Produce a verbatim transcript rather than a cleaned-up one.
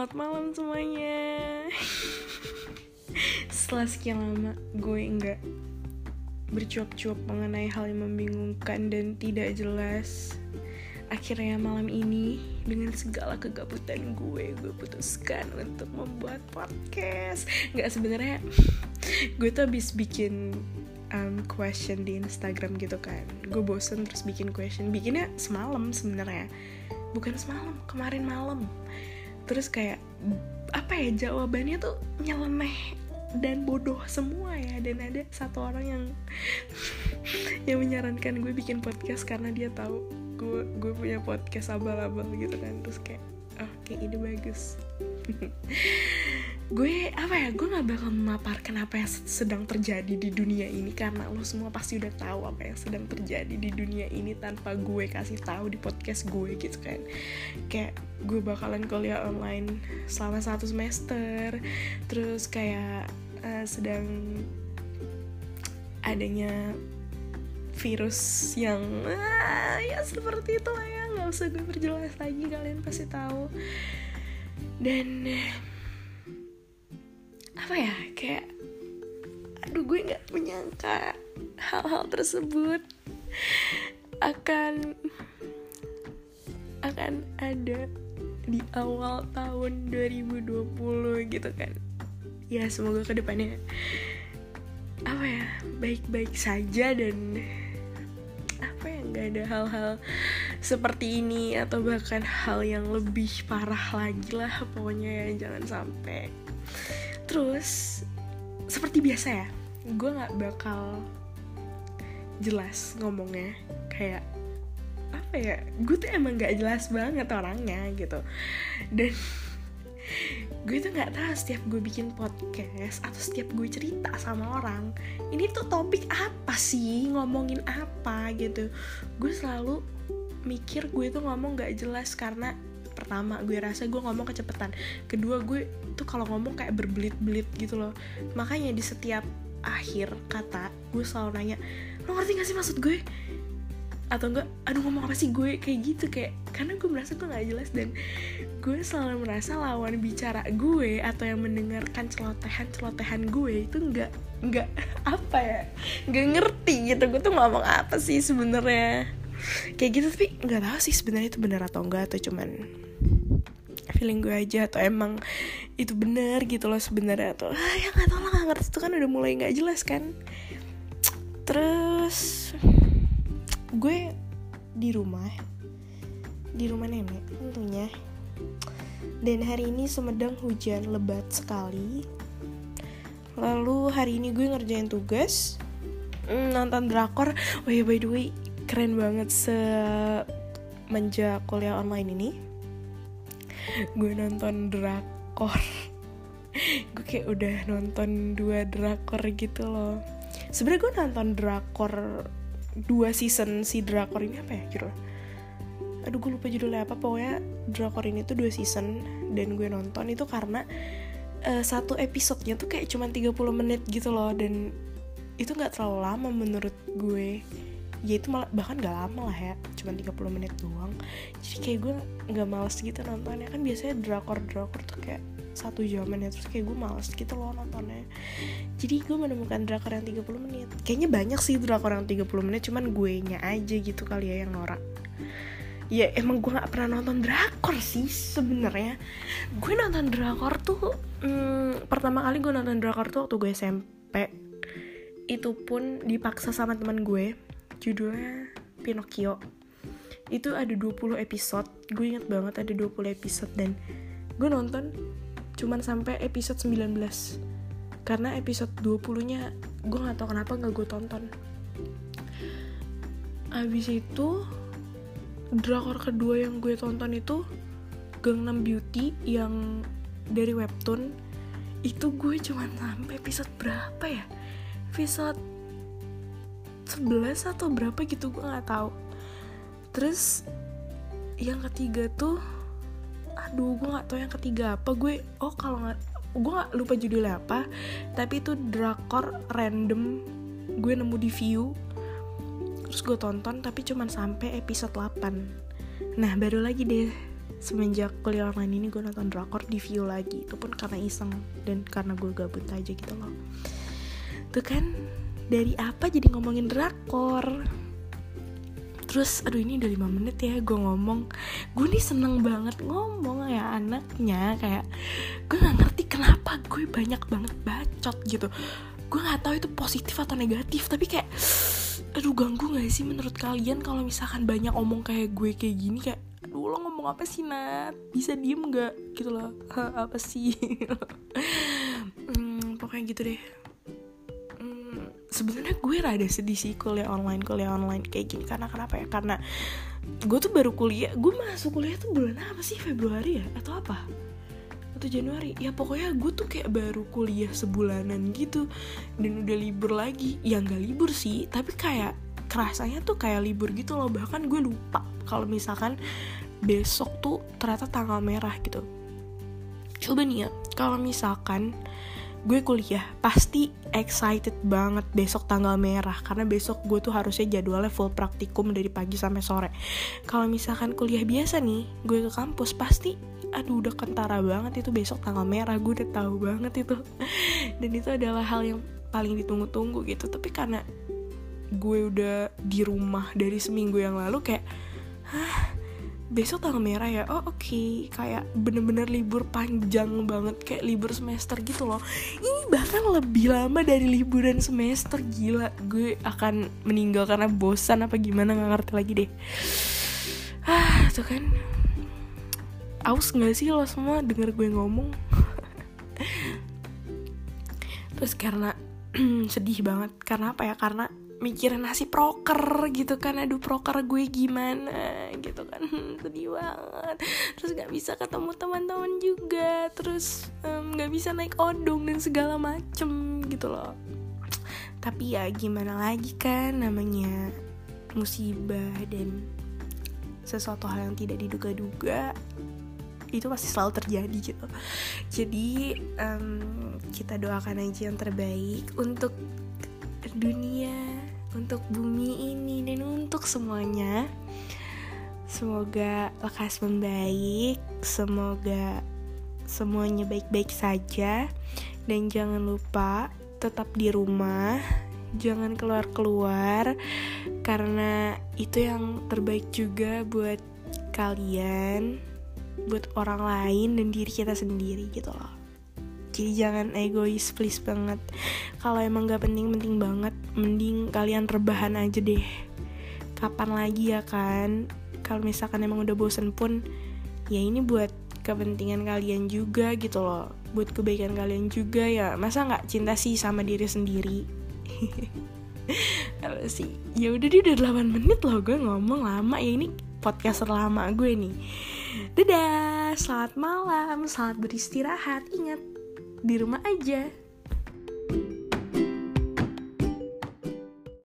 Selamat malam semuanya. Setelah sekian lama gue enggak bercuap-cuap mengenai hal yang membingungkan dan tidak jelas, akhirnya malam ini dengan segala kegabutan gue, gue putuskan untuk membuat podcast. Nggak, sebenarnya gue tuh habis bikin um, question di Instagram gitu kan. Gue bosen terus bikin question. Bikinnya semalam sebenarnya, bukan semalam, kemarin malam. Terus kayak apa ya, jawabannya tuh nyeleneh dan bodoh semua ya. Dan ada satu orang yang yang menyarankan gue bikin podcast karena dia tahu gue gue punya podcast abal-abal gitu kan. Terus kayak oh, kayak ide bagus. Gue apa ya, gue nggak bakal memaparkan apa yang sedang terjadi di dunia ini karena lo semua pasti udah tahu apa yang sedang terjadi di dunia ini tanpa gue kasih tahu di podcast gue gitu kan. Kayak gue bakalan kuliah online selama satu semester, terus kayak uh, sedang adanya virus yang ah, ya seperti itu lah ya, nggak usah gue perjelas lagi, kalian pasti tahu. Dan apa ya, kayak aduh, gue nggak menyangka hal-hal tersebut akan akan ada di awal tahun dua ribu dua puluh gitu kan. Ya semoga kedepannya apa ya, baik-baik saja dan apa ya, nggak ada hal-hal seperti ini atau bahkan hal yang lebih parah lagi lah pokoknya ya, jangan sampai. Terus seperti biasa ya, gue nggak bakal jelas ngomongnya, kayak apa ya, gue tuh emang nggak jelas banget orangnya gitu. Dan gue tuh nggak tahu setiap gue bikin podcast atau setiap gue cerita sama orang, ini tuh topik apa sih, ngomongin apa gitu. Gue selalu mikir gue tuh ngomong nggak jelas karena pertama, gue rasa gue ngomong kecepetan. Kedua, gue tuh kalau ngomong kayak berbelit-belit gitu loh. Makanya di setiap akhir kata gue selalu nanya, lo ngerti gak sih maksud gue? Atau enggak, aduh ngomong apa sih gue, kayak gitu. Kayak karena gue merasa gue gak jelas. Dan gue selalu merasa lawan bicara gue atau yang mendengarkan celotehan-celotehan gue itu gak, gak apa ya, gak ngerti gitu gue tuh ngomong apa sih sebenarnya. Kayak gitu, tapi gak tahu sih sebenarnya itu benar atau enggak, atau cuman feeling gue aja, atau emang itu benar gitu loh sebenarnya, atau ah, ya nggak tahu lah, nggak ngerti. Itu kan udah mulai nggak jelas kan. Terus gue di rumah di rumah nenek tentunya, dan hari ini Sumedang hujan lebat sekali. Lalu hari ini gue ngerjain tugas, nonton drakor. Oh ya, by the way, keren banget semenjak kuliah online ini gue nonton drakor. Gue kayak udah nonton dua drakor gitu loh. Sebenarnya gue nonton drakor dua season si drakor ini apa ya judul? Aduh, gue lupa judulnya apa. Pokoknya drakor ini tuh dua season dan gue nonton itu karena uh, satu episodenya tuh kayak cuma tiga puluh menit gitu loh, dan itu nggak terlalu lama menurut gue. Ya itu malah bahkan gak lama lah ya, cuma tiga puluh menit doang. Jadi kayak gue gak males gitu nontonnya. Kan biasanya drakor-drakor tuh kayak satu jaman ya, terus kayak gue males gitu loh nontonnya. Jadi gue menemukan drakor yang tiga puluh menit. Kayaknya banyak sih drakor yang tiga puluh menit, cuman gue nya aja gitu kali ya yang norak. Ya emang gue gak pernah nonton drakor sih sebenarnya. Gue nonton drakor tuh hmm, pertama kali gue nonton drakor tuh waktu gue S M P. Itu pun dipaksa sama teman gue. Judulnya Pinocchio. Itu ada dua puluh episode. Gue inget banget ada dua puluh episode. Dan gue nonton cuman sampai episode sembilan belas. Karena episode dua puluh-nya gue gak tahu kenapa gak gue tonton. Abis itu drakor kedua yang gue tonton itu Gangnam Beauty yang dari webtoon. Itu gue cuman sampai episode berapa ya? Episode sebelas atau berapa gitu, gue gak tahu. Terus yang ketiga tuh, aduh gue gak tahu yang ketiga apa. Gue oh kalau nggak, gue gak lupa judulnya apa, tapi itu drakor random gue nemu di View. Terus gue tonton tapi cuman sampai episode delapan. Nah baru lagi deh semenjak kuliah online ini gue nonton drakor di view lagi. Itu pun karena iseng dan karena gue gabut aja gitu loh. Tuh kan, dari apa jadi ngomongin drakor. Terus aduh ini udah lima menit ya gue ngomong. Gue nih seneng banget ngomong ya anaknya. Kayak gue gak ngerti kenapa gue banyak banget bacot gitu. Gue gak tahu itu positif atau negatif, tapi kayak aduh ganggu gak sih menurut kalian kalau misalkan banyak ngomong kayak gue kayak gini. Kayak aduh lo ngomong apa sih Nat, bisa diem gak gitu loh. Apa sih hmm, pokoknya gitu deh. Sebenarnya gue rada sedih sih kuliah online kuliah online kayak gini. Karena kenapa ya? Karena gue tuh baru kuliah. Gue masuk kuliah tuh bulan apa sih? Februari ya? Atau apa? Atau Januari? Ya pokoknya gue tuh kayak baru kuliah sebulanan gitu. Dan udah libur lagi. Ya gak libur sih, tapi kayak kerasanya tuh kayak libur gitu loh. Bahkan gue lupa kalau misalkan besok tuh ternyata tanggal merah gitu. Coba nih ya, kalau misalkan gue kuliah pasti excited banget besok tanggal merah, karena besok gue tuh harusnya jadwalnya full praktikum dari pagi sampai sore. Kalau misalkan kuliah biasa nih, gue ke kampus pasti aduh udah kentara banget itu besok tanggal merah. Gue udah tahu banget itu dan itu adalah hal yang paling ditunggu-tunggu gitu. Tapi karena gue udah di rumah dari seminggu yang lalu, kayak hah besok tanggal merah ya, oh oke okay. Kayak bener-bener libur panjang banget, kayak libur semester gitu loh. Ini bahkan lebih lama dari liburan semester. Gila, gue akan meninggal karena bosan apa gimana, gak ngerti lagi deh. Ah tuh kan, aus gak sih lo semua denger gue ngomong? Terus karena sedih banget, karena apa ya, karena mikirin nasib proker gitu kan. Aduh proker gue gimana gitu kan. Sedih banget. Terus gak bisa ketemu teman-teman juga. Terus um, gak bisa naik odong dan segala macem gitu loh. Tapi ya gimana lagi kan, namanya musibah dan sesuatu hal yang tidak diduga-duga itu pasti selalu terjadi gitu. Jadi um, kita doakan aja yang terbaik untuk dunia, untuk bumi ini, dan untuk semuanya. Semoga lekas membaik, semoga semuanya baik-baik saja. Dan jangan lupa tetap di rumah, jangan keluar-keluar, karena itu yang terbaik juga buat kalian, buat orang lain, dan diri kita sendiri gitu loh. Jadi jangan egois, please banget. Kalau emang gak penting-penting banget, mending kalian rebahan aja deh. Kapan lagi ya kan? Kalau misalkan emang udah bosen pun, ya ini buat kepentingan kalian juga gitu loh, buat kebaikan kalian juga ya. Masa gak cinta sih sama diri sendiri? Apa sih? Ya udah dia udah delapan menit loh, gue ngomong lama ya. Ini podcast terlama gue nih. Dadah, selamat malam, selamat beristirahat. Ingat, di rumah aja.